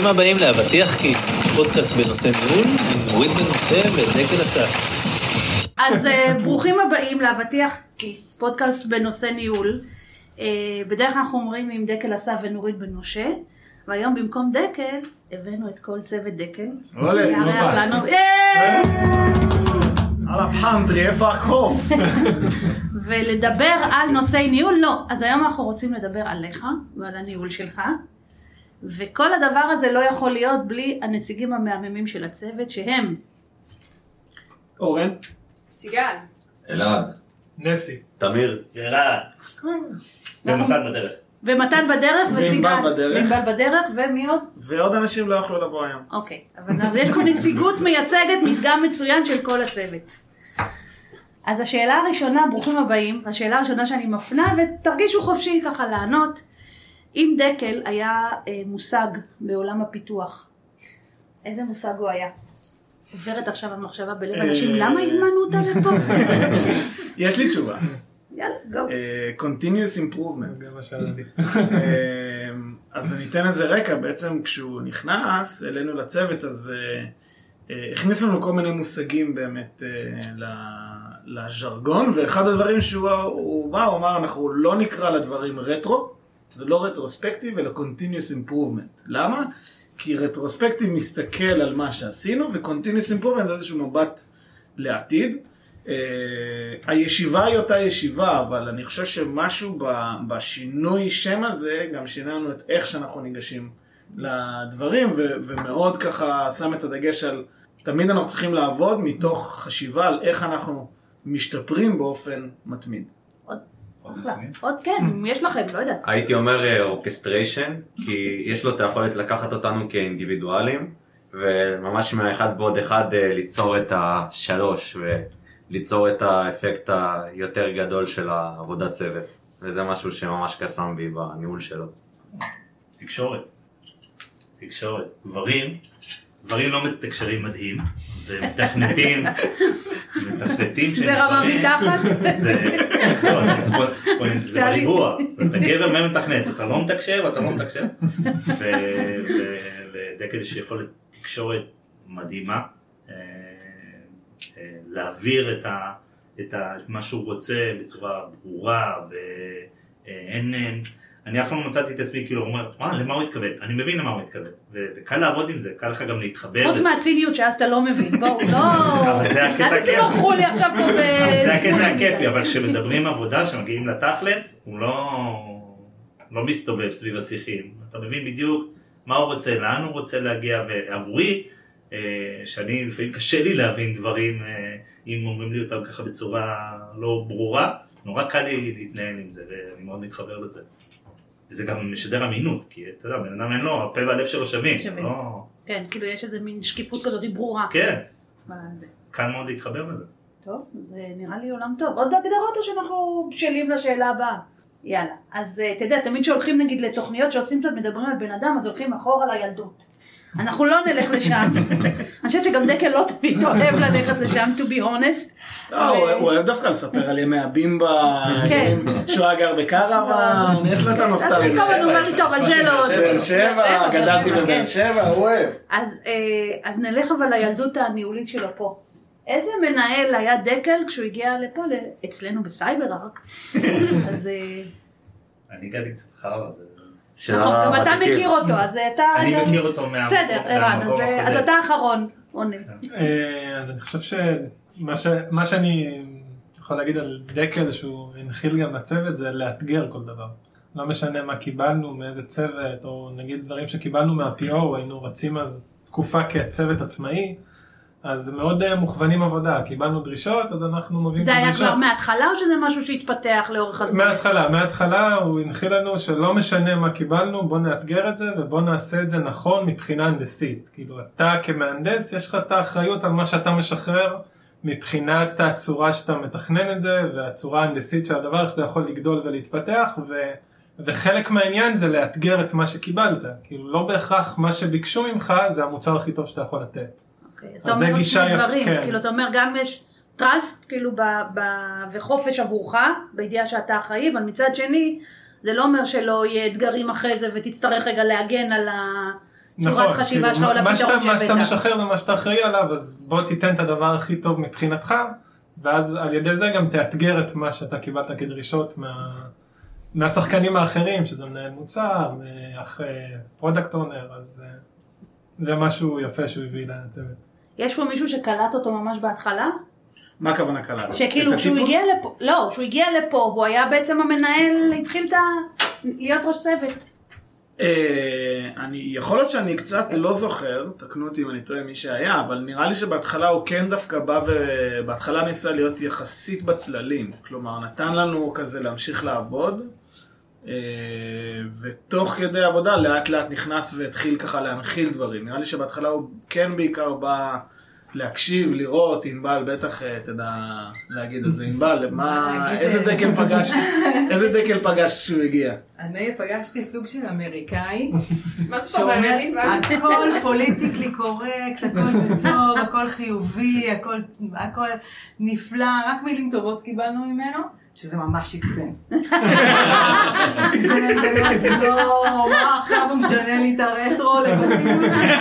ברוכים הבאים לאבטיח כיס, פודקאסט בנושא ניהול, עם נורית בן משה ודקל אסף. אז ברוכים הבאים לאבטיח כיס, פודקאסט בנושא ניהול. בדרך כלל אנחנו אומרים עם דקל אסף ונורית בן משה, והיום במקום דקל, הבאנו את כל צוות דקל. עולה, יארח לנו. על הפנטרי, איפה הקוף? ולדבר על נושאי ניהול, לא. אז היום אנחנו רוצים לדבר עליך ועל הניהול שלך. וכל הדבר הזה לא יכול להיות בלי הנציגים המהממים של הצוות, שהם אורן, סיגל, אלעד, נסי, תמיר, יאללה. ומתן בדרך. ומתן בדרך וסיגל. וענבל בדרך, ומי עוד? ועוד אנשים לא יכלו לבוא היום. אוקיי, אבל אז יש פה נציגות מייצגת, מדגם מצוין של כל הצוות. אז השאלה הראשונה, ברוכים הבאים, השאלה הראשונה שאני מפנה, ותרגישו חופשי ככה לענות, אם דקל היה מושג בעולם הפיתוח, איזה מושג הוא היה? עוברת עכשיו המחשבה בלב אנשים, למה הזמנו אותה לפה? יש לי תשובה. יאללה, גו. Continuous improvement. אז אני אתן איזה רקע, בעצם כשהוא נכנס אלינו לצוות, אז הכניס לנו כל מיני מושגים באמת לז'רגון, ואחד הדברים שהוא בא, הוא אמר, אנחנו לא נקרא לדברים רטרו, זה לא רטרוספקטיב, אלא Continuous Improvement. למה? כי רטרוספקטיב מסתכל על מה שעשינו, ו-Continuous Improvement זה איזשהו מבט לעתיד. הישיבה היא אותה ישיבה, אבל אני חושב שמשהו בשינוי שם הזה, גם שיננו את איך שאנחנו ניגשים לדברים, ומאוד ככה שם את הדגש על, תמיד אנחנו צריכים לעבוד מתוך חשיבה על איך אנחנו משתפרים באופן מתמיד. עוד כן, יש לכם, לא יודעת. הייתי אומר אורקסטריישן, כי יש לו את היכולת לקחת אותנו כאינדיבידואלים, וממש מהאחד בעוד אחד ליצור את השלוש, וליצור את האפקט היותר גדול של העבודת צוות. וזה משהו שממש קסם בי בניהול שלו. תקשורת. דברים לא מתקשרים מדהים, ומתכנתים זה רמה מתחת? זה ריבוע. אתה גבר מה מתכנת, אתה לא מתקשר ואתה לא מתקשר. ודקל יש יכולת תקשורת מדהימה, להעביר את מה שהוא רוצה בצורה ברורה, אני אף פעם לא מצאתי את עצמי, כאילו, אומר, למה הוא התכוון? אני מבין למה הוא התכוון, וקל לעבוד עם זה, קל לך גם להתחבר. חוץ מהציניות שאז אתה לא מבין, בואו, לא. אבל זה הקטע אל תתמכו לי עכשיו פה זה הקטע הכיפי, אבל כשמדברים עבודה, שמגיעים לתכלס, הוא לא מסתובב סביב השיחים. אתה מבין בדיוק מה הוא רוצה, לאן הוא רוצה להגיע, ועבורי, שאני לפעמים קשה לי להבין דברים, אם אומרים לי אותם ככה בצורה לא ברורה, נורא קל לי להתנהל עם זה, ואני מאוד מתחבר לזה. וזה גם משדר אמינות, כי אתה יודע, בן אדם אין לו, הפה והלב שלו שווים. כן, כאילו יש איזה מין שקיפות כזאת ברורה. כן, קל מאוד להתחבר לזה. טוב, זה נראה לי עולם טוב. עוד הגדרות או שאנחנו בשלים לשאלה הבאה? יאללה, אז אתה יודע, תמיד שהולכים נגיד לתוכניות שעושים קצת מדברים על בן אדם, אז הולכים אחורה לילדות. אנחנו לא נלך לשם. אני חושבת שגם דקל לא תמיד אוהב ללכת לשם, to be honest. הוא אוהב דווקא לספר על ימי הבימבה, שהוא גר בקרוון, יש לו את הנוסטלגיה. אז הוא אומר לי, טוב, על זה לא... באר שבע, גדלתי בבאר שבע, הוא אוהב. אז נלך אבל לילדות הניהולית שלו פה. איזה מנהל היה דקל כשהוא הגיע לפה, אצלנו בסייבר ארק? אז... אני הגעתי קצת אחר, אז... נכון, גם אתה מכיר אותו, אז אתה... אני מכיר אותו מהמקום. בסדר, ערן, אז אתה האחרון, עונה. אז אני חושב שמה שאני יכול להגיד על דקל שהוא הנחיל גם לצוות זה לאתגר כל דבר. לא משנה מה קיבלנו, מאיזה צוות, או נגיד דברים שקיבלנו מה-PO, היינו רצים אז תקופה כצוות עצמאי, אז מאוד מוכוונים עבודה, קיבלנו דרישות, אז אנחנו מביאים את הדרישות. זה היה כבר מההתחלה או שזה משהו שהתפתח לאורך הזמן? מההתחלה הוא הנחיל לנו שלא משנה מה קיבלנו, בוא נאתגר את זה ובוא נעשה את זה נכון מבחינה הנדסית. כאילו אתה כמהנדס יש לך את האחריות על מה שאתה משחרר, מבחינת הצורה שאתה מתכנן את זה, והצורה ההנדסית של הדבר, איך זה יכול לגדול ולהתפתח, וחלק מהעניין זה לאתגר את מה שקיבלת. כאילו לא בהכרח מה שביקשו ממך זה המוצר הכי טוב שאתה יכול לתת. אז אתה אומר שני דברים, כאילו אתה אומר גם יש טראסט כאילו וחופש עבורך, בידיעה שאתה אחראי, אבל מצד שני זה לא אומר שלא יהיה אתגרים אחרי זה ותצטרך רגע להגן על צורת חשיבה שלו לפתרון שהבאת. מה שאתה משחרר זה מה שאתה אחראי עליו, אז בוא תיתן את הדבר הכי טוב מבחינתך, ואז על ידי זה גם תאתגר את מה שאתה קיבלת כדרישות מהשחקנים האחרים, שזה מנהל מוצר, פרודקט אונר, אז זה משהו יפה שהוא הביא לצוות. יש פה מישהו שקלט אותו ממש בהתחלה? מה הכוונה קלט? שכאילו כשהוא הגיע לפה, לא, כשהוא הגיע לפה והוא היה בעצם המנהל, התחיל להיות ראש צוות. יכול להיות שאני קצת לא זוכר, תקנו אותי אם אני טועה מי שהיה, אבל נראה לי שבהתחלה הוא כן דווקא בא ובהתחלה ניסה להיות יחסית בצללים, כלומר נתן לנו כזה להמשיך לעבוד, ותוך כדי עבודה לאט לאט נכנס והתחיל ככה להנחיל דברים. נראה לי שבהתחלה הוא כן בעיקר בא להקשיב, לראות, ענבל בטח תדע להגיד על זה. ענבל, איזה דקל פגש כשהוא הגיע? אני פגשתי סוג של אמריקאי, מה זאת אומרת? הכל פוליטיקלי קורקט, הכל טוב, הכל חיובי, הכל נפלא, רק מילים טובות קיבלנו ממנו. שזה ממש עצבן. לא, מה עכשיו הוא משנה לי את הרטרו לבתים?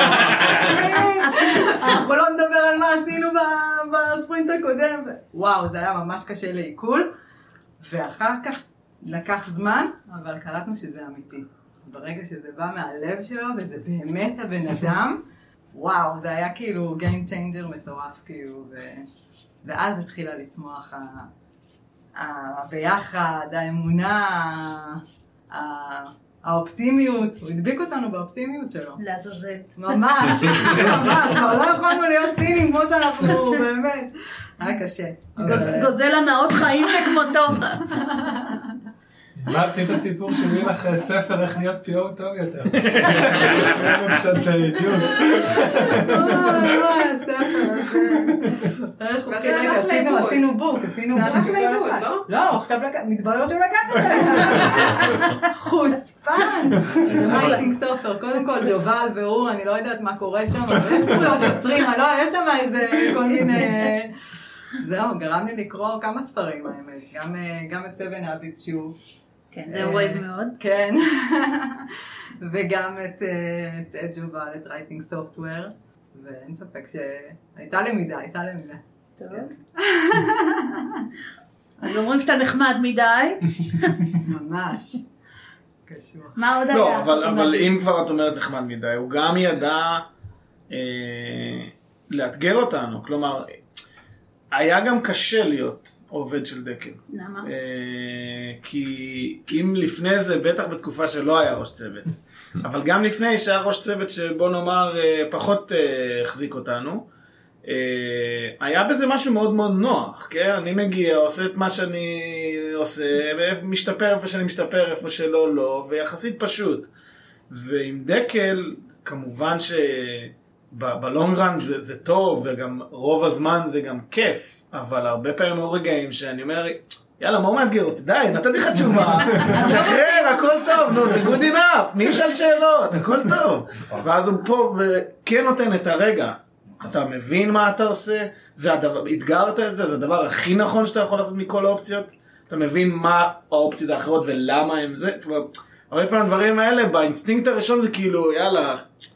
אנחנו לא נדבר על מה עשינו בספרינט הקודם. וואו, זה היה ממש קשה לעיכול. ואחר כך לקח זמן, אבל קלטנו שזה אמיתי. ברגע שזה בא מהלב שלו, וזה באמת הבן אדם, וואו, זה היה כאילו game changer מטורף, כאילו, ואז התחילה לצמוח ביחד, האמונה, האופטימיות, הוא הדביק אותנו באופטימיות שלו. לעזאזל. ממש, ממש, כבר לא יכולנו להיות צינים כמו שאנחנו, באמת. היה קשה. גוזל הנאות חיים שכמותו. אמרתי את הסיפור שהביא לך ספר איך להיות PO טוב יותר. קצת ג'וס. ספר, עשינו בוק, עשינו בוק. זה הלך לאיבוד, לא? לא, עכשיו מתברר שהוא לקח את זה. חוצפן. רייטינג סופר, קודם כל ג'ובל והוא, אני לא יודעת מה קורה שם, אבל יש זכויות יוצרים, יש שם איזה כל מיני... זהו, גרם לי לקרוא כמה ספרים, האמת. גם את 7 Habits שהוא... כן, זה אוהב מאוד. כן. וגם את ג'ובל, את רייטינג סופטוור, ואין ספק שהייתה למידה. טוב. אז אומרים שאתה נחמד מדי. ממש. קשור. מה עוד היה? לא, אבל אם כבר את אומרת נחמד מדי, הוא גם ידע לאתגר אותנו, כלומר... היה גם קשה להיות עובד של דקל. למה? כי אם לפני זה, בטח בתקופה שלא היה ראש צוות, אבל גם לפני שהיה ראש צוות שבוא נאמר פחות החזיק אותנו, היה בזה משהו מאוד מאוד נוח, כן? אני מגיע, עושה את מה שאני עושה, משתפר איפה שאני משתפר, איפה שלא, לא, ויחסית פשוט. ועם דקל, כמובן בלונגרן זה טוב, וגם רוב הזמן זה גם כיף, אבל הרבה פעמים היו רגעים שאני אומר, יאללה, מה הוא מאתגר אותי? די, נתתי לך תשובה, שחרר, הכל טוב, נו, זה good enough, מי ישאל שאלות, הכל טוב. ואז הוא פה וכן נותן את הרגע, אתה מבין מה אתה עושה, התגרת את זה, זה הדבר הכי נכון שאתה יכול לעשות מכל האופציות, אתה מבין מה האופציות האחרות ולמה הם זה, הרבה פעמים הדברים האלה, באינסטינקט הראשון זה כאילו, יאללה,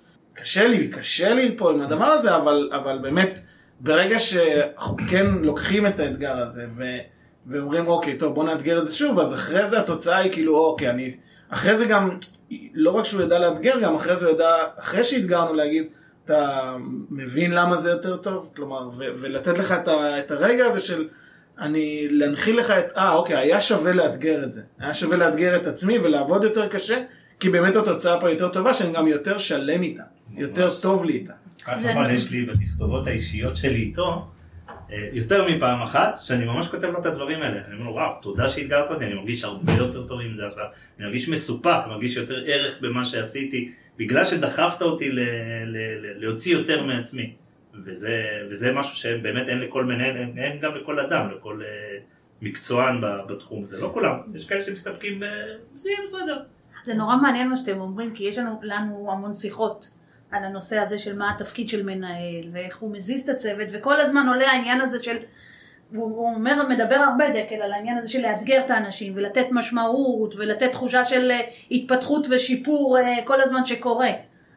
קשה לי פה עם הדבר הזה, אבל באמת, ברגע שאנחנו כן לוקחים את האתגר הזה, ואומרים, אוקיי, טוב, בוא נאתגר את זה שוב, אז אחרי זה התוצאה היא כאילו, אוקיי, אחרי זה גם, לא רק שהוא ידע לאתגר, גם אחרי זה הוא ידע, אחרי שהתגרנו להגיד, אתה מבין למה זה יותר טוב, כלומר, ולתת לך את הרגע הזה של, להנחיל לך אוקיי, היה שווה לאתגר את זה, היה שווה לאתגר את עצמי ולעבוד יותר קשה, כי באמת התוצאה פה יותר טובה, שאני גם יותר שלם איתה, יותר טוב לי איתה. אבל יש לי בתכתובות האישיות שלי איתו, יותר מפעם אחת, שאני ממש כותב לו את הדברים האלה. אני אומר לו, וואו, תודה שהתגרת אותי, אני מרגיש הרבה יותר טוב עם זה עכשיו. אני מרגיש מסופק, מרגיש יותר ערך במה שעשיתי, בגלל שדחפת אותי להוציא יותר מעצמי. וזה משהו שבאמת אין לכל מנהל, אין גם לכל אדם, לכל מקצוען בתחום. זה לא כולם, יש כאלה שמסתפקים זה יהיה בסדר. זה נורא מעניין מה שאתם אומרים, כי יש לנו המון שיחות על הנושא הזה של מה התפקיד של מנהל, ואיך הוא מזיז את הצוות, וכל הזמן עולה העניין הזה של, הוא מדבר הרבה דקל על העניין הזה של לאתגר את האנשים, ולתת משמעות, ולתת תחושה של התפתחות ושיפור כל הזמן שקורה.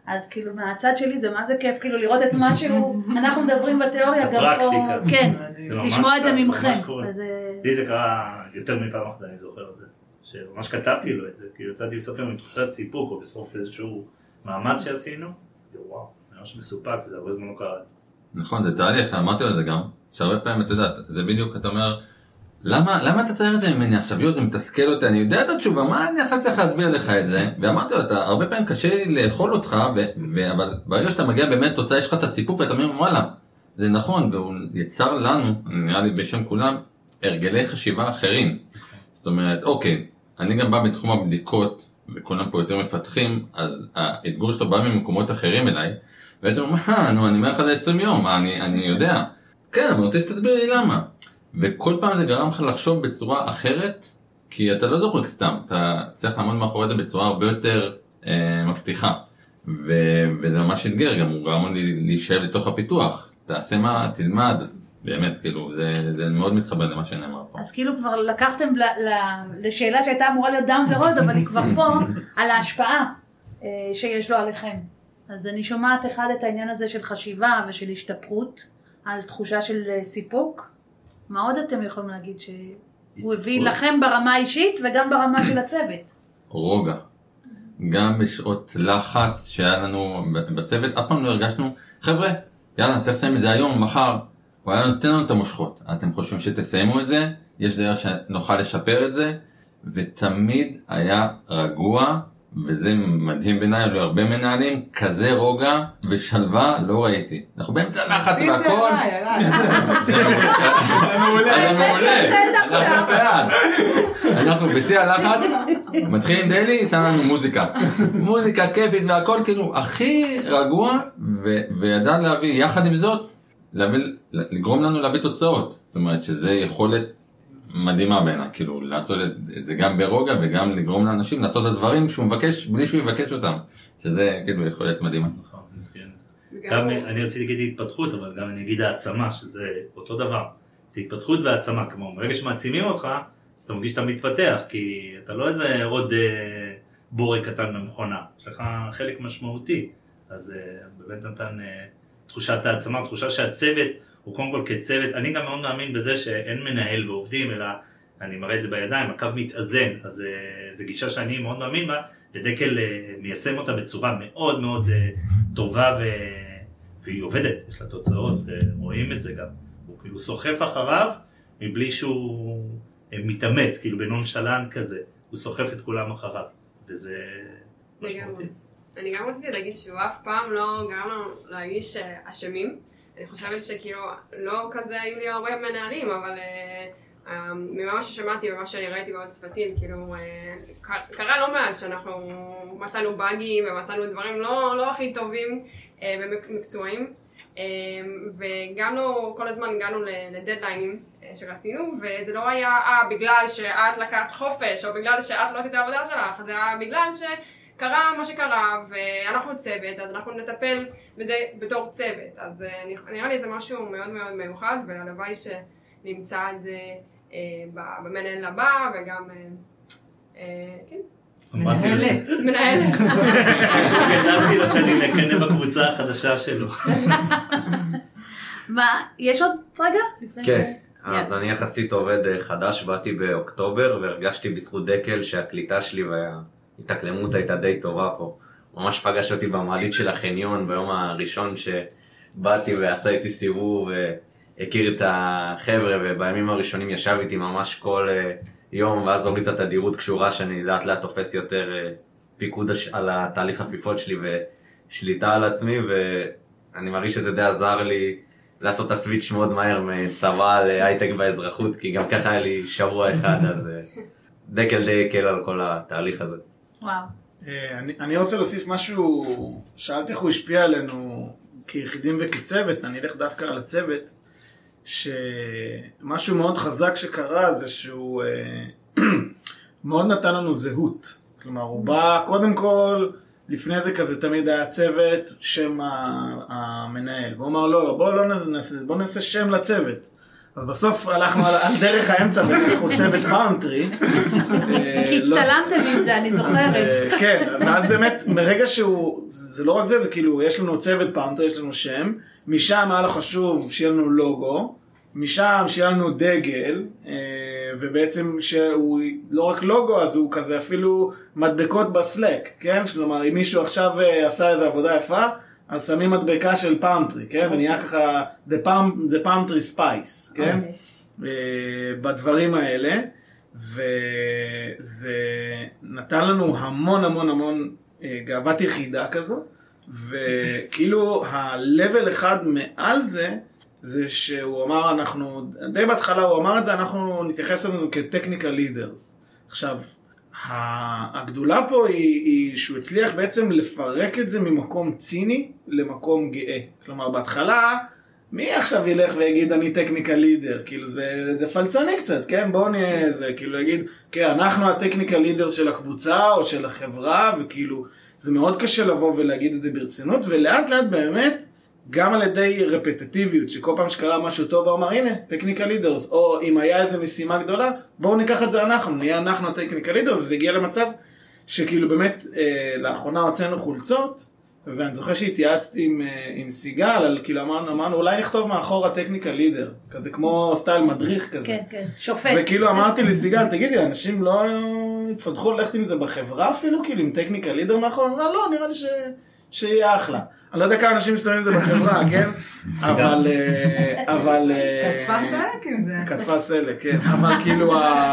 אז כאילו מהצד שלי זה מה זה כיף, כאילו לראות את משהו, אנחנו מדברים בתיאוריה גם פה, כן, לשמוע את זה ממכם. לי זה קרה יותר מפעם אחת, אני זוכר את זה, שממש כתבתי לו את זה, כאילו יצאתי בסוף עם תחושת סיפוק, או בסוף איזשהו מאמץ שעשינו, וואו, ממש מסופק, זה הרבה זמן לא קרה. נכון, זה תהליך, אמרתי לו את זה גם, שהרבה פעמים, אתה יודע, זה בדיוק, אתה אומר, למה אתה צריך את זה ממני עכשיו? יו, זה מתסכל אותי, אני יודע את התשובה, מה אני עכשיו צריך להסביר לך את זה? ואמרתי לו, הרבה פעמים קשה לי לאכול אותך, אבל ברגע שאתה מגיע באמת תוצאה, יש לך את הסיפוק, ואתה אומר, וואלה, זה נכון, והוא יצר לנו, נראה לי בשם כולם, הרגלי חשיבה אחרים. זאת אומרת, אוקיי, אני גם בא בתחום הבדיקות, וכולם פה יותר מפתחים, אז האתגור שלו בא ממקומות אחרים אליי, ואתה אומר, נו, אני אומר לך זה 20 יום, אני יודע. כן, אבל אני רוצה שתסביר לי למה. וכל פעם זה גרם לך לחשוב בצורה אחרת, כי אתה לא זוכר סתם, אתה צריך לעמוד מאחורי זה בצורה הרבה יותר מבטיחה. וזה ממש אתגר, גם הוא גרם לי להישאב לתוך הפיתוח. תעשה מה, תלמד, באמת, כאילו, זה מאוד מתחבר למה שנאמר פה. אז כאילו כבר לקחתם לשאלה שהייתה אמורה להיות דאון ורוד, אבל היא כבר פה, על ההשפעה שיש לו עליכם. אז אני שומעת אחד את העניין הזה של חשיבה ושל השתפרות, על תחושה של סיפוק. מה עוד אתם יכולים להגיד שהוא הביא לכם ברמה האישית וגם ברמה של הצוות? רוגע. גם בשעות לחץ שהיה לנו בצוות, אף פעם לא הרגשנו, חבר'ה, יאללה, צריך לסיים את זה היום, מחר. הוא היה נותן לנו את המושכות. אתם חושבים שתסיימו את זה? יש דרך שנוכל לשפר את זה? ותמיד היה רגוע, וזה מדהים בעיניי, היו הרבה מנהלים, כזה רוגע ושלווה לא ראיתי. אנחנו באמצע לחץ והכל. זה מעולה. אנחנו בעד. אנחנו בשיא הלחץ, מתחילים דיילי, שם לנו מוזיקה. מוזיקה כיפית והכל כאילו הכי רגוע, וידע להביא, יחד עם זאת, לגרום לנו להביא תוצאות. זאת אומרת שזה יכולת מדהימה בעיניי, כאילו לעשות את זה גם ברוגע וגם לגרום לאנשים לעשות את הדברים שהוא מבקש בלי שהוא יבקש אותם, שזה כאילו יכול להיות מדהימה. נכון, מסכים. גם אני רציתי להגיד התפתחות, אבל גם אני אגיד העצמה, שזה אותו דבר. זה התפתחות והעצמה, כמו ברגע שמעצימים אותך, אז אתה מרגיש שאתה מתפתח, כי אתה לא איזה עוד בורק קטן במכונה, יש לך חלק משמעותי, אז באמת נתן תחושת העצמה, תחושה שהצוות הוא קודם כל כצוות, אני גם מאוד מאמין בזה שאין מנהל ועובדים, אלא אני מראה את זה בידיים, הקו מתאזן, אז זו גישה שאני מאוד מאמין בה, ודקל מיישם אותה בצורה מאוד מאוד טובה, והיא עובדת, יש לה תוצאות, ורואים את זה גם. הוא כאילו סוחף אחריו, מבלי שהוא מתאמץ, כאילו בנונשלנט כזה, הוא סוחף את כולם אחריו, וזה משמעותי. אני גם רציתי להגיד שהוא אף פעם לא גרם לנו להרגיש אשמים. אני חושבת שכאילו לא כזה היו לי הרבה מנהלים, אבל ממה ששמעתי ומה שאני ראיתי בעוד שפתים, כאילו קרה לא מעט שאנחנו מצאנו באגים ומצאנו דברים לא הכי טובים ומקצועיים, וגם לא כל הזמן הגענו לדדליינים שרצינו, וזה לא היה בגלל שאת לקחת חופש או בגלל שאת לא עשית העבודה שלך, זה היה בגלל קרה מה שקרה, ואנחנו צוות, אז אנחנו נטפל בזה בתור צוות. אז נראה לי זה משהו מאוד מאוד מיוחד, והלוואי שנמצא את זה במנהל הבא, וגם, כן. מנהלת. מנהלת. כתבתי לו שאני מקנה בקבוצה החדשה שלו. מה, יש עוד רגע? כן. אז אני יחסית עובד חדש, באתי באוקטובר, והרגשתי בזכות דקל שהקליטה שלי ההתאקלמות הייתה די טובה פה. ממש פגש אותי במעלית של החניון ביום הראשון שבאתי ועשה איתי סיבוב והכיר את החבר'ה, ובימים הראשונים ישב איתי ממש כל יום, ואז הוריד את התדירות קשורה שאני לאט לאט תופס יותר פיקוד על התהליך חפיפות שלי ושליטה על עצמי, ואני מרגיש שזה די עזר לי לעשות את הסוויץ' מאוד מהר מצבא להייטק באזרחות, כי גם ככה היה לי שבוע אחד, אז דקל די הקל על כל התהליך הזה. וואו. אני רוצה להוסיף משהו, שאלתי איך הוא השפיע עלינו כיחידים וכצוות, אני אלך דווקא על הצוות, שמשהו מאוד חזק שקרה זה שהוא מאוד נתן לנו זהות. כלומר, הוא בא קודם כל, לפני זה כזה תמיד היה צוות, שם המנהל. הוא אמר, לא, בוא נעשה שם לצוות. אז בסוף הלכנו על דרך האמצע ואנחנו צוות פאונטרי. כי הצטלמתם עם זה, אני זוכרת. כן, ואז באמת, מרגע שהוא, זה לא רק זה, זה כאילו, יש לנו צוות פאונטרי, יש לנו שם, משם היה לו חשוב שיהיה לנו לוגו, משם שיהיה לנו דגל, ובעצם שהוא לא רק לוגו, אז הוא כזה אפילו מדבקות בסלק, כן? כלומר, אם מישהו עכשיו עשה איזו עבודה יפה, אז שמים מדבקה של פאונטרי, כן? ונהיה ככה the pantry spice, כן? בדברים האלה, וזה נתן לנו המון המון המון גאוות יחידה כזו, וכאילו ה-level אחד מעל זה, זה שהוא אמר, אנחנו, די בהתחלה הוא אמר את זה, אנחנו נתייחס לנו כ-technical leaders. עכשיו, הגדולה פה היא שהוא הצליח בעצם לפרק את זה ממקום ציני למקום גאה. כלומר, בהתחלה, מי עכשיו ילך ויגיד אני technical leader? כאילו זה פלצני קצת, כן? בואו נהיה זה, כאילו להגיד, כן, אנחנו ה-technical leader של הקבוצה או של החברה, וכאילו, זה מאוד קשה לבוא ולהגיד את זה ברצינות, ולאט לאט באמת, גם על ידי רפטטיביות, שכל פעם שקרה משהו טוב, הוא אמר, הנה, technical leaders, או אם היה איזו משימה גדולה, בואו ניקח את זה אנחנו, נהיה אנחנו ה-technical leaders, וזה הגיע למצב שכאילו באמת, לאחרונה הוצאנו חולצות, ואני זוכר שהתייעצתי עם סיגל, על כאילו אמרנו, אולי נכתוב מאחור ה-technical leader, כזה כמו סטייל מדריך כזה. כן, כן, שופט. וכאילו אמרתי לסיגל, תגידי, אנשים לא יפתחו ללכת עם זה בחברה אפילו, כאילו עם technical leader מאחור, אמרה, לא, נראה לי שיהיה אחלה. אני לא יודע כמה אנשים מסתובבים את זה בחברה, כן? אבל... כתפה סלק עם זה. כתפה סלק, כן. אבל כאילו,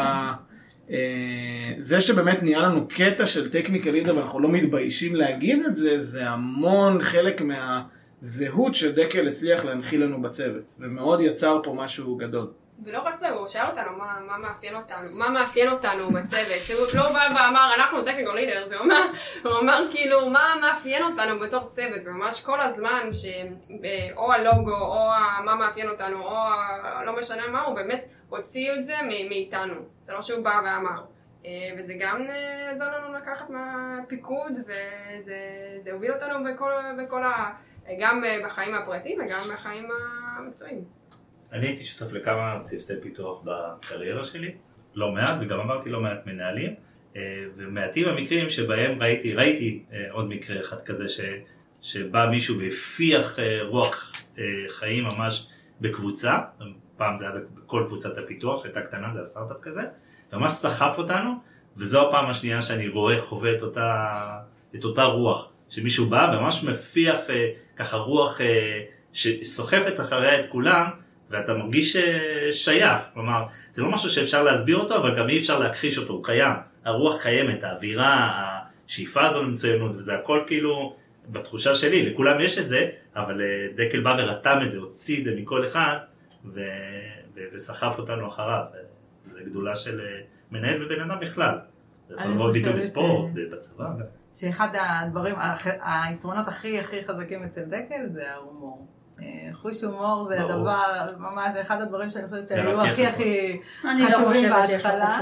זה שבאמת נהיה לנו קטע של technical leader, ואנחנו לא מתביישים להגיד את זה, זה המון חלק מהזהות שדקל הצליח להנחיל לנו בצוות. ומאוד יצר פה משהו גדול. ולא רק זה, הוא שאל אותנו מה מאפיין אותנו בצוות. הוא לא בא ואמר, אנחנו technical leaders, הוא אמר כאילו, מה מאפיין אותנו בתור צוות, וממש כל הזמן או הלוגו, או מה מאפיין אותנו, או לא משנה מה, הוא באמת הוציא את זה מאיתנו. זה לא שהוא בא ואמר. וזה גם עזר לנו לקחת מהפיקוד, וזה הוביל אותנו גם בחיים הפרטיים וגם בחיים המקצועיים. אני הייתי שותף לכמה צוותי פיתוח בקריירה שלי, לא מעט, וגם אמרתי לא מעט מנהלים, ומעטים המקרים שבהם ראיתי עוד מקרה אחד כזה, שבא מישהו והפיח רוח חיים ממש בקבוצה, פעם זה היה בכל קבוצת הפיתוח, שהייתה קטנה, זה הסטארט-אפ כזה, ממש סחף אותנו, וזו הפעם השנייה שאני חווה את אותה רוח, שמישהו בא וממש מפיח ככה רוח שסוחפת אחריה את כולם, ואתה מרגיש שייך, כלומר, זה לא משהו שאפשר להסביר אותו, אבל גם אי אפשר להכחיש אותו, הוא קיים, הרוח קיימת, האווירה, השאיפה הזו למצוינות, וזה הכל כאילו, בתחושה שלי, לכולם יש את זה, אבל דקל בא ורתם את זה, הוציא את זה מכל אחד, וסחף אותנו אחריו, זה גדולה של מנהל ובן אדם בכלל, זה יכול לבוא ביטוי בספורט, בצבא. שאחד הדברים, היתרונות הכי חזקים אצל דקל זה ההומור. חוש הומור זה הדבר, ממש אחד הדברים שאני חושבת שהיו הכי חשובים בהתחלה.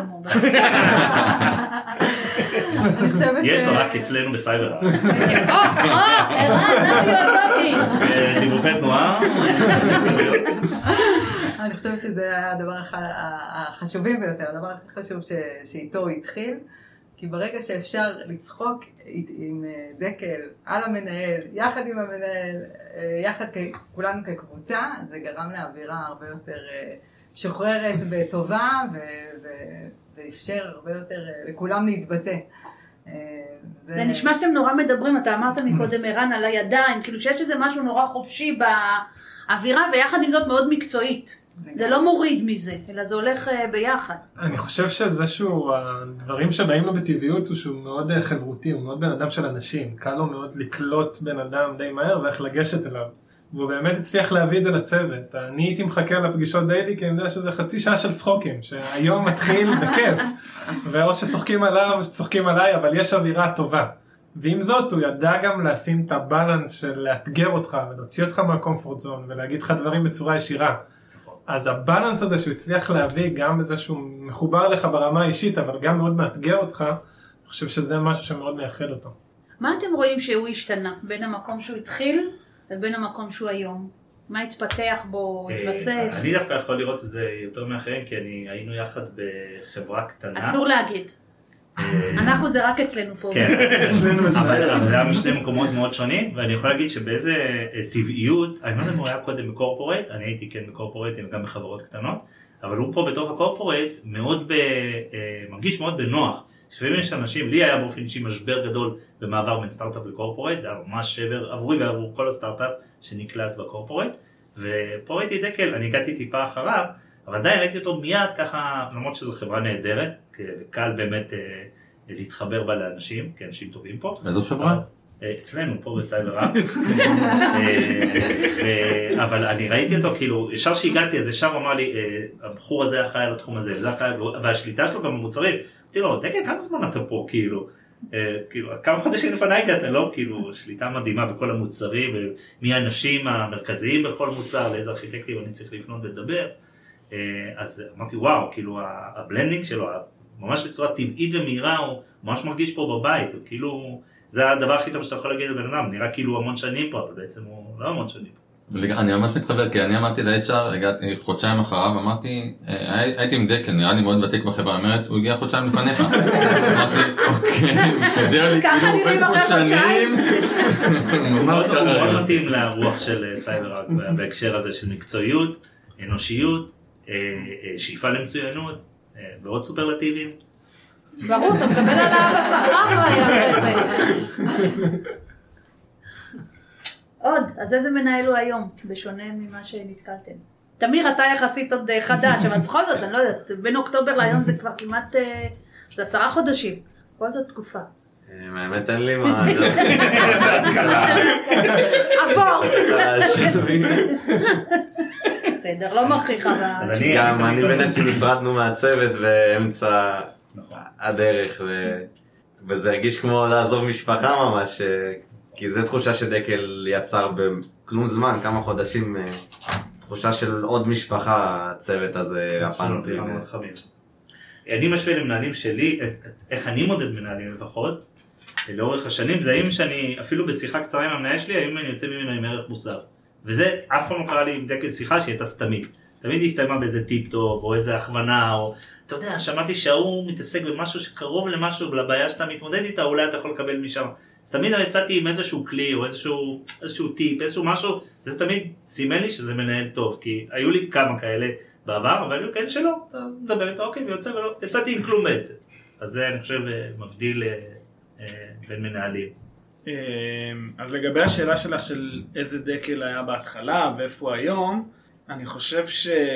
יש לו רק אצלנו בסייבר. דיווחי תנועה. אני חושבת שזה היה הדבר החשובים ביותר, הדבר הכי חשוב שאיתו הוא התחיל. כי ברגע שאפשר לצחוק עם דקל על המנהל, יחד עם המנהל, יחד כולנו כקבוצה, זה גרם לאווירה הרבה יותר שוחררת וטובה, ואפשר הרבה יותר לכולם להתבטא. זה נשמע שאתם נורא מדברים, אתה אמרת מקודם ערן על הידיים, כאילו שיש איזה משהו נורא חופשי באווירה, ויחד עם זאת מאוד מקצועית. זה לא מוריד מזה, אלא זה הולך ביחד. אני חושב שזה שהוא, הדברים שבאים לו בטבעיות הוא שהוא מאוד חברותי, הוא מאוד בן אדם של אנשים. קל לו מאוד לקלוט בן אדם די מהר ואיך לגשת אליו. והוא באמת הצליח להביא את זה לצוות. אני הייתי מחכה לפגישות דיילי, כי אני יודע שזה חצי שעה של צחוקים, שהיום מתחיל בכיף. ואו שצוחקים עליו או שצוחקים עליי, אבל יש אווירה טובה. ועם זאת הוא ידע גם לשים את הבלנס של לאתגר אותך ולהוציא אותך מהקומפורט זון ולהגיד לך דברים בצורה ישירה. אז הבלנס הזה שהוא הצליח להביא גם בזה שהוא מחובר לך ברמה האישית, אבל גם מאוד מאתגר אותך, אני חושב שזה משהו שמאוד מייחד אותו. מה אתם רואים שהוא השתנה בין המקום שהוא התחיל לבין המקום שהוא היום? מה התפתח בו, התווסף? אני דווקא יכול לראות את זה יותר מאחרים, כי היינו יחד בחברה קטנה. אסור להגיד. אנחנו זה רק אצלנו פה. כן, אבל זה היה משני מקומות מאוד שונים, ואני יכול להגיד שבאיזה טבעיות, אני לא יודע אם הוא היה קודם בקורפורט, אני הייתי כן בקורפורטים וגם בחברות קטנות, אבל הוא פה בתוך הקורפורט מרגיש מאוד בנוח. לפעמים יש אנשים, לי היה באופן אישי משבר גדול במעבר בין סטארט-אפ לקורפורט, זה היה ממש שבר עבורי ועבור כל הסטארט-אפ שנקלט בקורפורט, ופה ראיתי דקל, אני הגעתי טיפה אחריו, אבל עדיין ראיתי אותו מיד ככה, למרות שזו חברה נהדרת, וקל באמת להתחבר בה לאנשים, כי אנשים טובים פה. איזו חברה? אצלנו, פה בסייבר-אפ. אבל אני ראיתי אותו, כאילו, ישר שהגעתי, אז ישר אמר לי, הבחור הזה אחראי על התחום הזה, והשליטה שלו גם במוצרים. אמרתי לו, דקל, כמה זמן אתה פה, כאילו? כמה חודשים לפני הגעת, לא? כאילו, שליטה מדהימה בכל המוצרים, ומי האנשים המרכזיים בכל מוצר, לאיזה ארכיטקטים אני צריך לפנות ולדבר. אז אמרתי, וואו, כאילו, הבלנדינג שלו, ממש בצורה טבעית ומהירה, הוא ממש מרגיש פה בבית, הוא כאילו, זה הדבר הכי טוב שאתה יכול להגיד לבן אדם, נראה כאילו המון שנים פה, אבל בעצם הוא לא המון שנים פה. אני ממש מתחבר, כי אני אמרתי ל-HR, הגעתי חודשיים אחריו, אמרתי, הייתי עם דקל, נראה לי מאוד ותיק בחברה, אמרת, הוא הגיע חודשיים לפניך. אמרתי, אוקיי, הוא שדר לי, כאילו, אין פה שנים. ממש מאוד מתאים לרוח של סייבר-אפ, בהקשר הזה של מקצועיות, אנושיות, שאיפה למצוינות, ועוד סופרלטיבים. ברור, אתה מקבל עליו השכר אחרי זה. עוד, אז איזה מנהל הוא היום, בשונה ממה שנתקלתם? תמיר, אתה יחסית עוד חדש, אבל בכל זאת, אני לא יודעת, בין אוקטובר להיום זה כבר כמעט 10 חודשים, כל זאת תקופה. האמת אין לי מה... עבור. בסדר, לא מרחיחה. גם אני ונסי נפרדנו מהצוות באמצע הדרך, וזה הרגיש כמו לעזוב משפחה ממש, כי זו תחושה שדקל יצר בכלום זמן, כמה חודשים, תחושה של עוד משפחה, הצוות הזה, הפנוטים. אני משווה למנהלים שלי, איך אני מודד מנהלים לפחות, לאורך השנים, זה האם שאני, אפילו בשיחה קצרה עם המנהל שלי, האם אני יוצא ממנו עם ערך מוסר. וזה אף פעם לא קרה לי עם דקל שיחה שהיא הייתה סתמית. תמיד היא הסתיימה באיזה טיפ טוב, או איזה הכוונה, או... אתה יודע, שמעתי שההוא מתעסק במשהו שקרוב למשהו, לבעיה שאתה מתמודד איתה, אולי אתה יכול לקבל משם. אז תמיד יצאתי עם איזשהו כלי, או איזשהו טיפ, איזשהו משהו, זה תמיד סימן לי שזה מנהל טוב, כי היו לי כמה כאלה בעבר, אבל היו כאלה שלא, אתה מדבר איתו, אוקיי, ויצאתי עם כלום בעצם. אז זה, אני חושב, מבדיל בין מנהלים. אז לגבי השאלה שלך של איזה דקל היה בהתחלה ואיפה הוא היום, אני חושב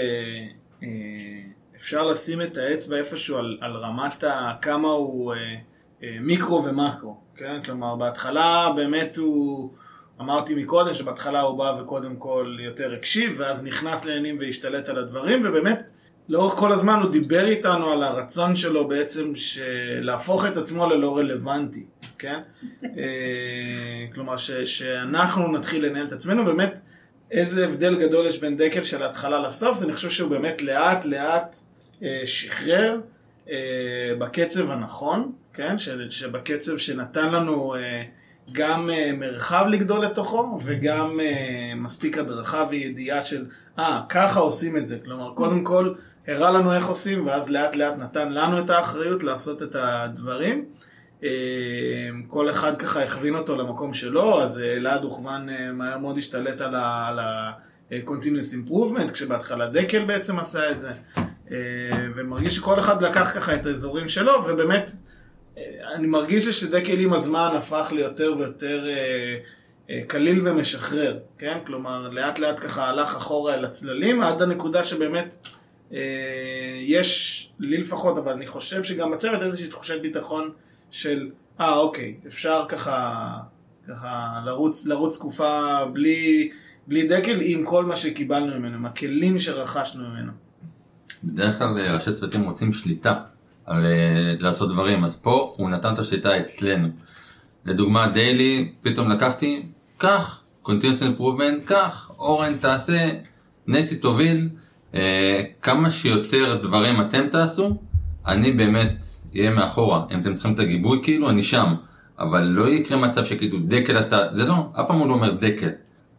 שאפשר לשים את האצבע איפשהו על רמת כמה הוא מיקרו ומקרו, כן? כלומר, בהתחלה באמת הוא, אמרתי מקודם שבהתחלה הוא בא וקודם כל יותר הקשיב, ואז נכנס לעניינים והשתלט על הדברים, ובאמת לאורך כל הזמן הוא דיבר איתנו על הרצון שלו בעצם להפוך את עצמו ללא רלוונטי, כן? כלומר, שאנחנו נתחיל לנהל את עצמנו, באמת איזה הבדל גדול יש בין דקל של ההתחלה לסוף, אני חושב שהוא באמת לאט לאט שחרר בקצב הנכון, כן? שבקצב שנתן לנו גם מרחב לגדול לתוכו, וגם מספיק הדרכה וידיעה של, ככה עושים את זה. כלומר, קודם כל הראה לנו איך עושים, ואז לאט לאט נתן לנו את האחריות לעשות את הדברים. כל אחד ככה הכווין אותו למקום שלו, אז אלעד הוכוון מהר מאוד השתלט על ה-continuous improvement, כשבהתחלה דקל בעצם עשה את זה. ומרגיש שכל אחד לקח ככה את האזורים שלו, ובאמת אני מרגיש שדקל עם הזמן הפך ליותר ויותר קליל ומשחרר, כן? כלומר, לאט לאט ככה הלך אחורה אל הצללים, עד הנקודה שבאמת יש, לי לפחות, אבל אני חושב שגם בצוות איזושהי תחושת ביטחון של, אוקיי, אפשר ככה לרוץ תקופה בלי דקל עם כל מה שקיבלנו ממנו, עם הכלים שרכשנו ממנו. בדרך כלל ראשי צוותים רוצים שליטה על לעשות דברים, אז פה הוא נתן את השליטה אצלנו. לדוגמה, דיילי, פתאום לקחתי, כך, continuous improvement, כך, אורן תעשה, נסי תוביל, כמה שיותר דברים אתם תעשו, אני באמת יהיה מאחורה. אם אתם צריכים את הגיבוי, כאילו, אני שם. אבל לא יקרה מצב שכאילו דקל עשה, זה לא, אף פעם הוא לא אומר דקל.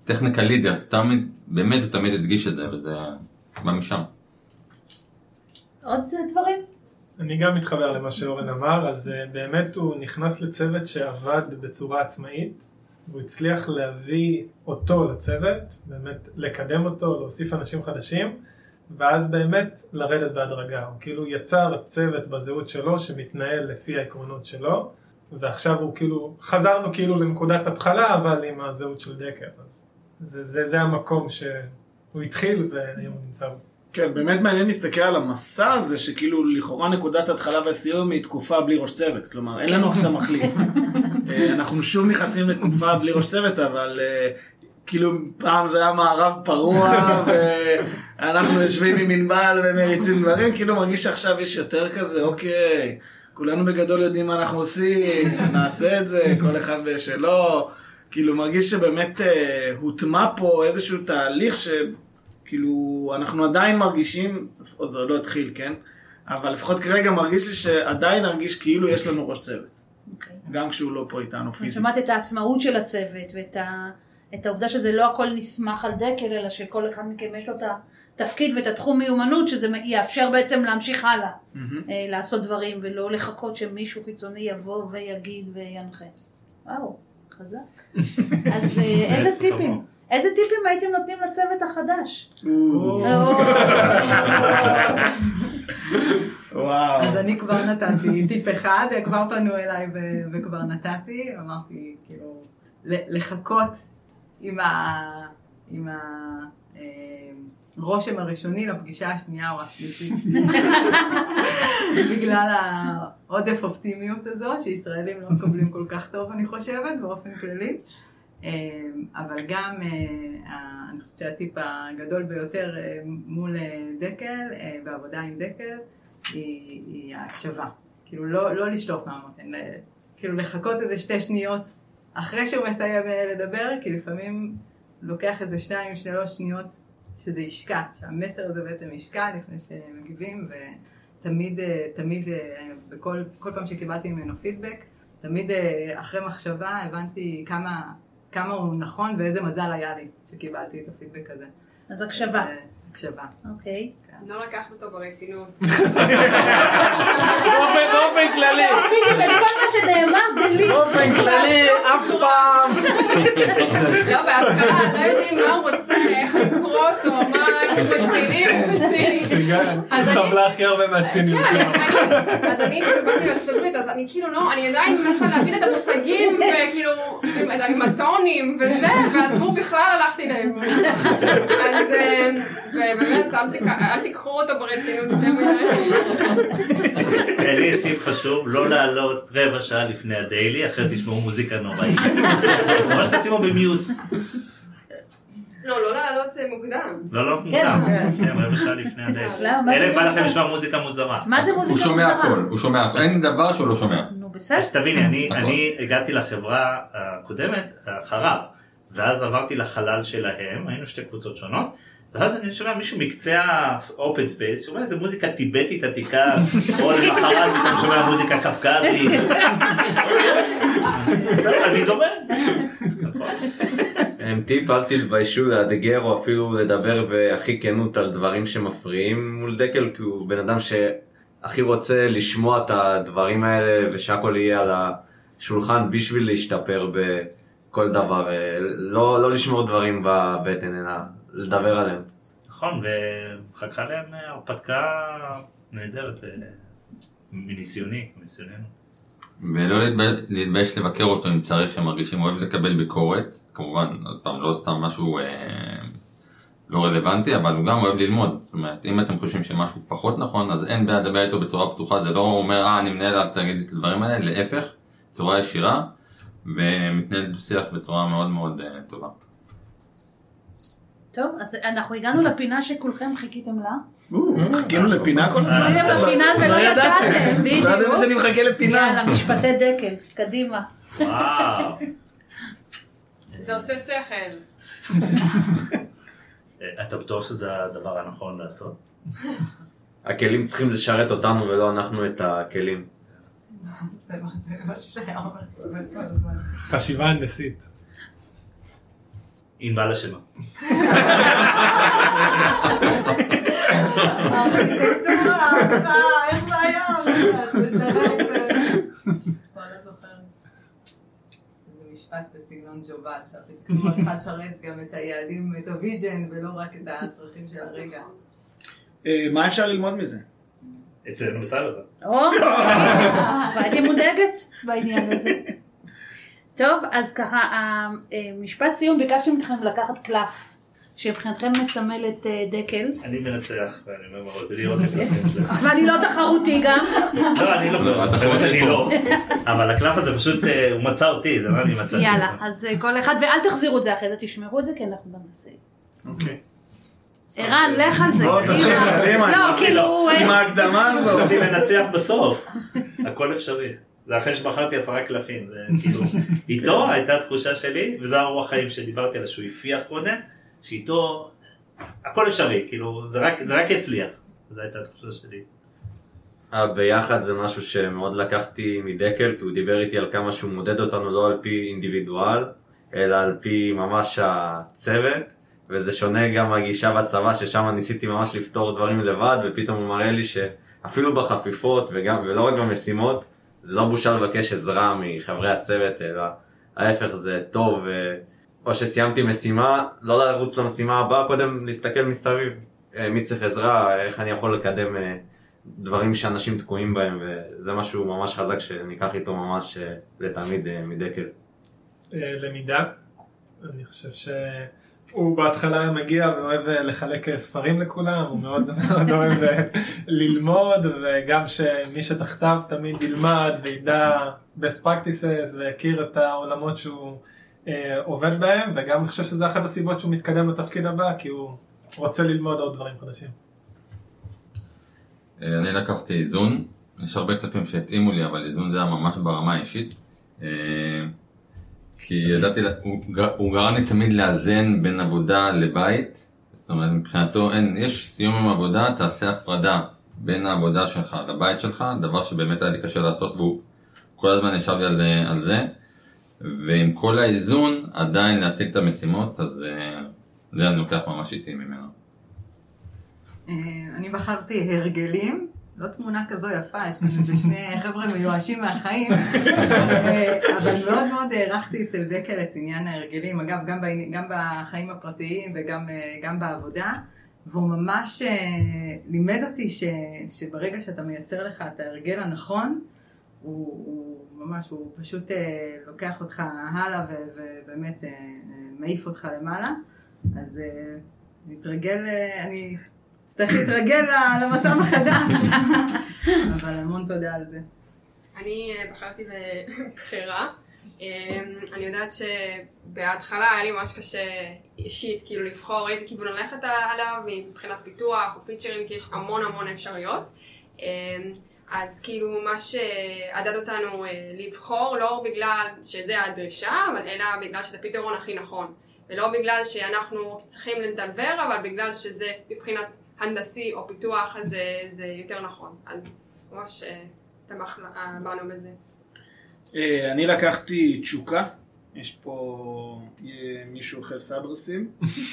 טכניקה לידר, באמת הוא תמיד הדגיש את זה, וזה בא משם. עוד דברים? אני גם מתחבר למה שאורן אמר, אז באמת הוא נכנס לצוות שעבד בצורה עצמאית, והוא הצליח להביא אותו לצוות, באמת לקדם אותו, להוסיף אנשים חדשים, ואז באמת לרדת בהדרגה. הוא כאילו יצר צוות בזהות שלו שמתנהל לפי העקרונות שלו, ועכשיו הוא כאילו, חזרנו כאילו לנקודת התחלה, אבל עם הזהות של דקל. אז זה המקום שהוא התחיל והיום הוא נמצא בו. כן, באמת מעניין להסתכל על המסע הזה, שכאילו לכאורה נקודת התחלה והסיום היא תקופה בלי ראש צוות. כלומר, אין לנו עכשיו מחליף. אנחנו שוב נכנסים לתקופה בלי ראש צוות, אבל כאילו פעם זה היה מערב פרוע, ואנחנו יושבים עם מנבל ומריצים דברים, כאילו מרגיש שעכשיו יש יותר כזה, אוקיי, כולנו בגדול יודעים מה אנחנו עושים, נעשה את זה, כל אחד בשלו. כאילו מרגיש שבאמת הוטמע פה איזשהו תהליך כאילו, אנחנו עדיין מרגישים, עוד זה לא התחיל, כן? אבל לפחות כרגע מרגיש לי שעדיין נרגיש כאילו יש לנו ראש צוות. גם כשהוא לא פה איתנו פיזית. אני שומעת את העצמאות של הצוות, ואת העובדה שזה לא הכל נסמך על דקל, אלא שכל אחד מכם יש לו את התפקיד ואת התחום מיומנות, שזה יאפשר בעצם להמשיך הלאה, לעשות דברים, ולא לחכות שמישהו חיצוני יבוא ויגיד וינחה. וואו, חזק. אז איזה טיפים? איזה טיפים הייתם נותנים לצוות החדש? וואו. אז אני כבר נתתי טיפ אחד, כבר פנו אליי וכבר נתתי, אמרתי כאילו לחכות עם הרושם הראשוני לפגישה השנייה או השלישית. בגלל העודף אופטימיות הזו, שישראלים לא מקבלים כל כך טוב, אני חושבת, באופן כללי. אבל גם אני חושבת שהטיפ הגדול ביותר מול דקל, בעבודה עם דקל, היא ההקשבה. כאילו לא לשלוף מהמותן, כאילו לחכות איזה 2 שניות אחרי שהוא מסיים לדבר, כי לפעמים לוקח איזה 2-3 שניות שזה ישקע, שהמסר הזה בעצם ישקע לפני שמגיבים, ותמיד, בכל פעם שקיבלתי ממנו פידבק, תמיד אחרי מחשבה הבנתי כמה הוא נכון ואיזה מזל היה לי שקיבלתי את הפידבק הזה. אז הקשבה. הקשבה. אוקיי. לא לקחת אותו ברצינות. באופן כללי. בדיוק, את כל מה שנאמר בלי. באופן כללי, אף פעם. לא, בהתחלה לא יודעים מה הוא רוצה, איך לקרוא אותו, מה הוא רציני. סיגל, סבלה הכי הרבה מהציניות שלו. אז אני באתי לארצות הברית, אז אני כאילו לא, אני עדיין מנסה להבין את המושגים, וכאילו, עם הטונים וזה, ואז הוא בכלל הלכתי לאיבוד. אז באמת, אל תיקחו אותו ברצינות. לי יש טיפ חשוב, לא לעלות 15 שעה לפני הדיילי, אחרת תשמעו מוזיקה נוראית. ממש תשימו במיוט. לא לעלות מוקדם. לא לעלות מוקדם. כן, 15 שעה לפני הדיילי. אלה בא לכם לשמוע מוזיקה מוזרה. מה זה מוזיקה מוזרה? הוא שומע הכל, אין דבר שהוא לא שומע. נו, בסדר. אז תביני, אני הגעתי לחברה הקודמת, אחריו, ואז עברתי לחלל שלהם, היינו 2 קבוצות שונות, ואז אני שומע מישהו מקצה האופן ספייס, שומע איזה מוזיקה טיבטית עתיקה, או למחרת אתה שומע מוזיקה קפקזית. אני זומר. טיפ, אל תתביישו לאתגר או אפילו לדבר בהכי כנות על דברים שמפריעים מול דקל, כי הוא בן אדם שהכי רוצה לשמוע את הדברים האלה ושהכל יהיה על השולחן בשביל להשתפר בכל דבר. לא לשמור דברים בבטן, אלא לדבר עליהם. נכון, וחכה להם הרפתקה נהדרת מניסיוננו. ולא להתבייש לבקר אותו אם צריך, הם מרגישים, אוהב לקבל ביקורת, כמובן, עוד פעם, לא סתם משהו לא רלוונטי, אבל הוא גם אוהב ללמוד. זאת אומרת, אם אתם חושבים שמשהו פחות נכון, אז אין בעיה לדבר איתו בצורה פתוחה, זה לא אומר, אני מנהל, אל תגיד את הדברים האלה, להפך, צורה ישירה, ומתנהל דו-שיח בצורה מאוד מאוד טובה. טוב, אז אנחנו הגענו לפינה שכולכם חיכיתם לה. חיכינו לפינה כל הזמן. חיכיתם לפינה ולא ידעתם, בדיוק. לא ידעתם שאני מחכה לפינה. יאללה, משפטי דקל, קדימה. וואו. זה עושה שכל. אתה בטוח שזה הדבר הנכון לעשות? הכלים צריכים לשרת אותנו ולא אנחנו את הכלים. זה משהו שהיה אומר כל הזמן. חשיבה הנדסית. ענבל אשמה. הארכיטקטורה, איך זה היה? זה שרת... כבר לא זוכרת. זה משפט בסגנון ג'ובל, שהארכיטקטורה צריכה לשרת גם את היעדים, את הוויז'ן, ולא רק את הצרכים של הרגע. מה אפשר ללמוד מזה? אצלנו בסבבה. והייתי מודאגת בעניין הזה. טוב, אז ככה, משפט סיום, ביקשתי מכם לקחת קלף, שבחינתכם מסמל את דקל. אני מנצח, ואני אומר מאוד, ולראות את הקלפים שלי. אבל אני לא תחרותי גם. לא, אני לא, באמת אני לא. אבל הקלף הזה פשוט, הוא מצא אותי, זה לא אני מצאתי. יאללה, אז כל אחד, ואל תחזירו את זה אחרי זה, תשמרו את זה, כי אנחנו גם נעשה. אוקיי. ערן, לך על זה. בוא, תמשיך, קדימה. לא, כאילו... עם ההקדמה הזאת. חשבתי לנצח בסוף. הכל אפשרי. זה אחרי שבחרתי 10 קלפים. זה כאילו, איתו הייתה תחושה שלי, וזה הרוח חיים שדיברתי עליה, שהוא הפיח קודם, שאיתו הכל אפשרי, כאילו, זה רק יצליח. זו הייתה התחושה שלי. ביחד זה משהו שמאוד לקחתי מדקל, כי הוא דיבר איתי על כמה שהוא מודד אותנו לא על פי אינדיבידואל, אלא על פי ממש הצוות. וזה שונה גם מהגישה בצבא, ששם ניסיתי ממש לפתור דברים לבד, ופתאום הוא מראה לי שאפילו בחפיפות ולא רק במשימות, זה לא בושה לבקש עזרה מחברי הצוות, אלא ההפך זה טוב, או שסיימתי משימה, לא לרוץ למשימה הבאה, קודם להסתכל מסביב, מי צריך עזרה, איך אני יכול לקדם דברים שאנשים תקועים בהם, וזה משהו ממש חזק שניקח איתו ממש לתמיד מדקל. למידה, אני חושב הוא בהתחלה מגיע ואוהב לחלק ספרים לכולם, הוא מאוד מאוד אוהב ללמוד, וגם שמי שתחתיו תמיד ילמד וידע best practices והכיר את העולמות שהוא עובד בהם, וגם אני חושב שזה אחת הסיבות שהוא מתקדם לתפקיד הבא, כי הוא רוצה ללמוד עוד דברים חדשים. אני לקחתי איזון, יש הרבה קלפים שהתאימו לי, אבל איזון זה היה ממש ברמה האישית. כי ידעתי, הוא גרם לי תמיד לאזן בין עבודה לבית, זאת אומרת מבחינתו יש סיום עם עבודה, תעשה הפרדה בין העבודה שלך לבית שלך, דבר שבאמת היה לי קשה לעשות, והוא כל הזמן ישב לי על זה, ועם כל האיזון עדיין להשיג את המשימות, אז זה אני לוקח ממש איתי ממנו. אני בחרתי הרגלים, לא תמונה כזו יפה, יש כאן איזה שני חבר'ה מיואשים מהחיים, אבל מאוד מאוד הערכתי אצל דקל את עניין ההרגלים, אגב, גם בחיים הפרטיים וגם בעבודה, והוא ממש לימד אותי שברגע שאתה מייצר לך את ההרגל הנכון, הוא פשוט לוקח אותך הלאה ובאמת מעיף אותך למעלה, אז אני צריך להתרגל למצב החדש, אבל המון תודה על זה. אני בחרתי בבחירה. אני יודעת שבהתחלה היה לי ממש קשה אישית כאילו לבחור איזה כיוון ללכת עליו מבחינת פיתוח או פיצ'רים, כי יש המון אפשרויות. אז כאילו מה שעדד אותנו לבחור לא בגלל שזה הדרישה, אבל אלא בגלל שזה פתרון הכי נכון. ולא בגלל שאנחנו צריכים לדבר, אבל בגלל שזה מבחינת הנדסי או פיתוח, אז זה יותר נכון. אז ממש תמך בנו בזה. אני לקחתי תשוקה. יש פה מישהו אוכל סברסים.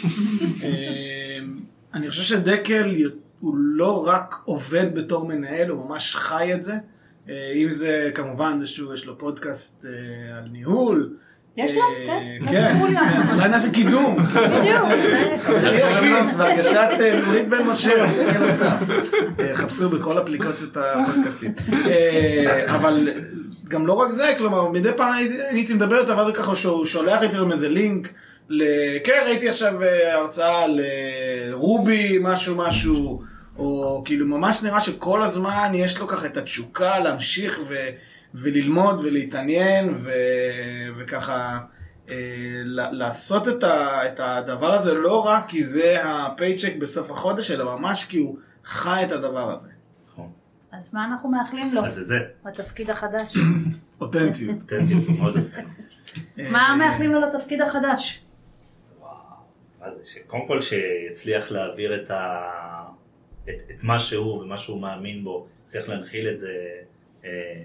אני חושב שדקל הוא לא רק עובד בתור מנהל, הוא ממש חי את זה. אם זה כמובן יש לו פודקאסט על ניהול. יש לו? כן. כן, אולי נעשה קידום. בדיוק. והגשת נורית בן משה. חפשו בכל אפליקציות הפודקאסטים. אבל גם לא רק זה, כלומר, מדי פעם הייתי מדבר איתו, אבל ככה שהוא שולח לי פתאום איזה לינק. כן, ראיתי עכשיו הרצאה לרובי, משהו, או כאילו ממש נראה שכל הזמן יש לו ככה את התשוקה להמשיך וללמוד ולהתעניין וככה לעשות את הדבר הזה לא רק כי זה הפייצ'ק בסוף החודש, אלא ממש כי הוא חי את הדבר הזה. אז מה אנחנו מאחלים לו? אז זה. בתפקיד החדש. אותנטיות. מאוד. מה מאחלים לו לתפקיד החדש? קודם כל שיצליח להעביר את מה שהוא ומה שהוא מאמין בו, צריך להנחיל את זה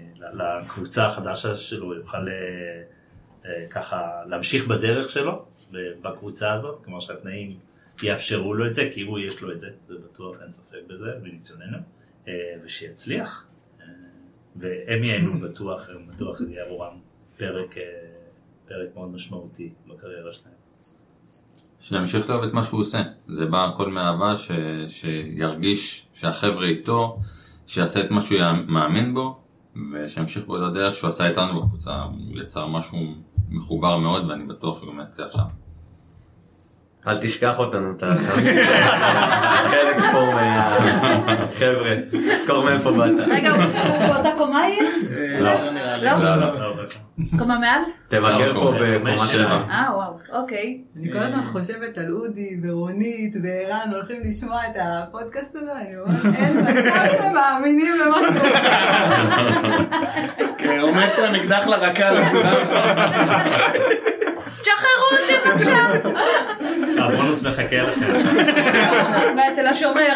לקבוצה החדשה שלו, יוכל ככה להמשיך בדרך שלו, בקבוצה הזאת, כמו שהתנאים יאפשרו לו את זה, כי הוא יש לו את זה, זה בטוח, אין ספק בזה, בניסיוננו, ושיצליח. והם ייהנו בטוח זה יהיה עבורם פרק מאוד משמעותי בקריירה שלהם. שנמשיך לאהוב את מה שהוא עושה. זה בא הכל מאהבה, שירגיש שהחבר'ה איתו, שיעשה את מה שהוא מאמין בו, ושימשיך בו את הדרך שהוא עשה איתנו בקבוצה. הוא יצר משהו מחובר מאוד, ואני בטוח שהוא גם יצליח שם. אל תשכח אותנו, אתה חלק פה מהחבר'ה, זכור מאיפה באת. רגע, הוא באותה קומה יהיה? לא. קומה מעל? תבקר פה בקומה שלנו. וואו, אוקיי. אני כל הזמן חושבת על אודי ורונית וערן הולכים לשמוע את הפודקאסט הזה, אני אומרת, אין מצב שהם מאמינים למה כן, עומד פה עם אקדח לרקה לכולם. תשחררו אותי בבקשה. הבונוס מחכה לכם. ואצל השומר.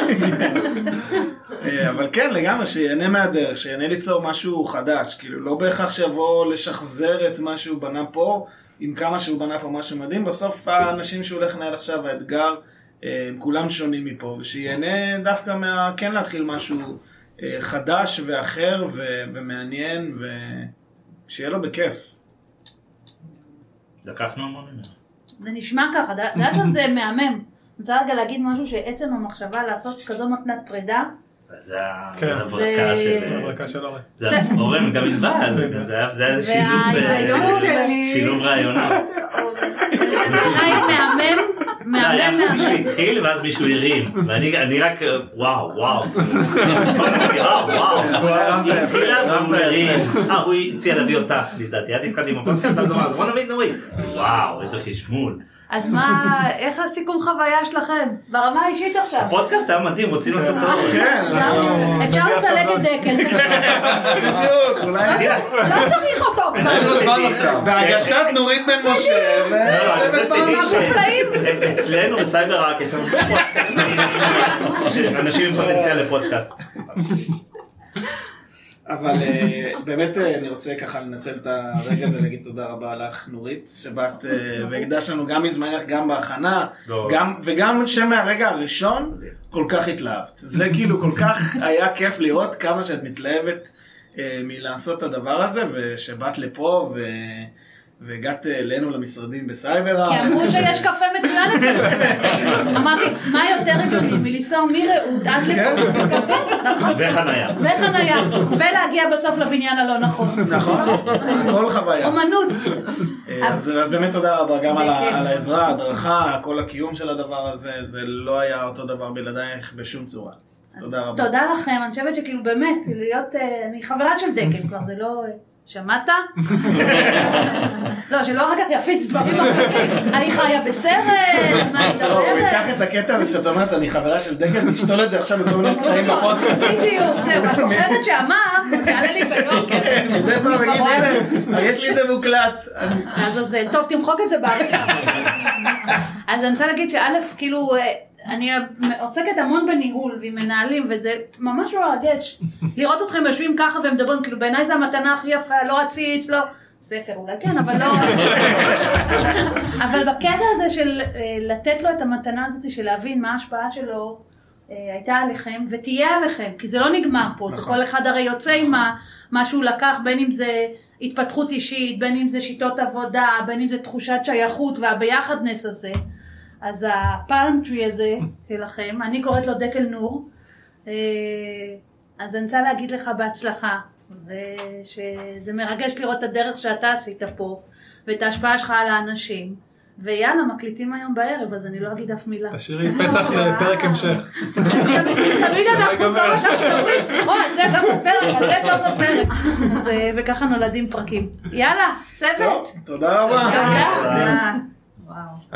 אבל כן, לגמרי, שיהנה מהדרך, שיהנה ליצור משהו חדש, כאילו לא בהכרח שיבוא לשחזר את מה שהוא בנה פה, עם כמה שהוא בנה פה משהו מדהים, בסוף האנשים שהוא הולך לנהל עכשיו, האתגר, הם כולם שונים מפה, ושיהנה דווקא כן להתחיל משהו חדש ואחר ומעניין, ושיהיה לו בכיף. לקחנו המון ממנו. זה נשמע ככה, דשן זה מהמם. אני רוצה רגע להגיד משהו שעצם המחשבה לעשות כזו מתנת פרידה. זה הברקה של אורן. זה אורן גם ענבל, זה היה איזה שילוב רעיונות. זה בעיניי מהמם היה מישהו התחיל ואז מישהו הרים, ואני רק וואו. היא התחילה והוא הרים. הוא הציע להביא אותך, לדעתי, את התחלתי עם הפודקאסט, אז בוא נביא נורי. וואו, איזה חשמול. אז מה, איך הסיכום חוויה שלכם? ברמה האישית עכשיו. הפודקאסט היה מדהים, רוצים לעשות טוב. כן, אפשר לסלק את דקל. בדיוק, אולי... לא צריך אותו. בהגשת נורית בן משה, אצלנו בסייבר רק, אנשים עם פוטנציאל לפודקאסט. אבל באמת אני רוצה ככה לנצל את הרגע הזה להגיד תודה רבה לך נורית, שבאת והקדש לנו גם מזמנך, גם בהכנה, וגם שמהרגע הראשון כל כך התלהבת. זה כאילו כל כך היה כיף לראות כמה שאת מתלהבת מלעשות את הדבר הזה, ושבאת לפה והגעת אלינו למשרדים בסייבר. כי אמרו שיש קפה מצוין אצלנו. אמרתי, מה יותר הגיוני מלנסוע מרעות עד לפה קפה? וחניה. ולהגיע בסוף לבניין הלא נכון. נכון, הכל חוויה. אומנות. אז באמת תודה רבה גם על העזרה, ההדרכה, כל הקיום של הדבר הזה, זה לא היה אותו דבר בלעדייך בשום צורה. תודה רבה. תודה לכם, אני חושבת שכאילו באמת, להיות, אני חברה של דקל כבר, זה לא... שמעת? לא, שלא אחר כך יפיץ דברים אחרים. אני חיה בסרט, מה אני מדברת? לא, הוא ייקח את הקטע הזה שאת אומרת, אני חברה של דקל, תשתול את זה עכשיו בכל מיני קטעים בפודקאסט. בדיוק, זהו, את זוכרת שאמרת, תעלה לי ביוקר. כן, מדי פעם אגיד, הנה, יש לי את זה מוקלט. אז טוב, תמחוק את זה בארץ. אז אני רוצה להגיד שא', כאילו... אני עוסקת המון בניהול ועם מנהלים, וזה ממש מרגש. לראות אתכם יושבים ככה ומדברים, כאילו בעיניי זה המתנה הכי יפה, לא עציץ, לא... ספר אולי כן, אבל לא... אבל בקטע הזה של לתת לו את המתנה הזאת, של להבין מה ההשפעה שלו הייתה עליכם, ותהיה עליכם, כי זה לא נגמר פה, זה כל אחד הרי יוצא עם מה שהוא לקח, בין אם זה התפתחות אישית, בין אם זה שיטות עבודה, בין אם זה תחושת שייכות והביחדנס הזה. אז הפלם-טרי הזה שלכם, אני קוראת לו דקל נור, אז אני רוצה להגיד לך בהצלחה, ושזה מרגש לראות את הדרך שאתה עשית פה, ואת ההשפעה שלך על האנשים, ויאללה, מקליטים היום בערב, אז אני לא אגיד אף מילה. תשאירי פתח לפרק המשך. תמיד אנחנו כבר שאנחנו מדברים, זה אפשר לעשות פרק, על זה אפשר לעשות פרק. וככה נולדים פרקים. יאללה, צוות. תודה רבה. תודה. וואו.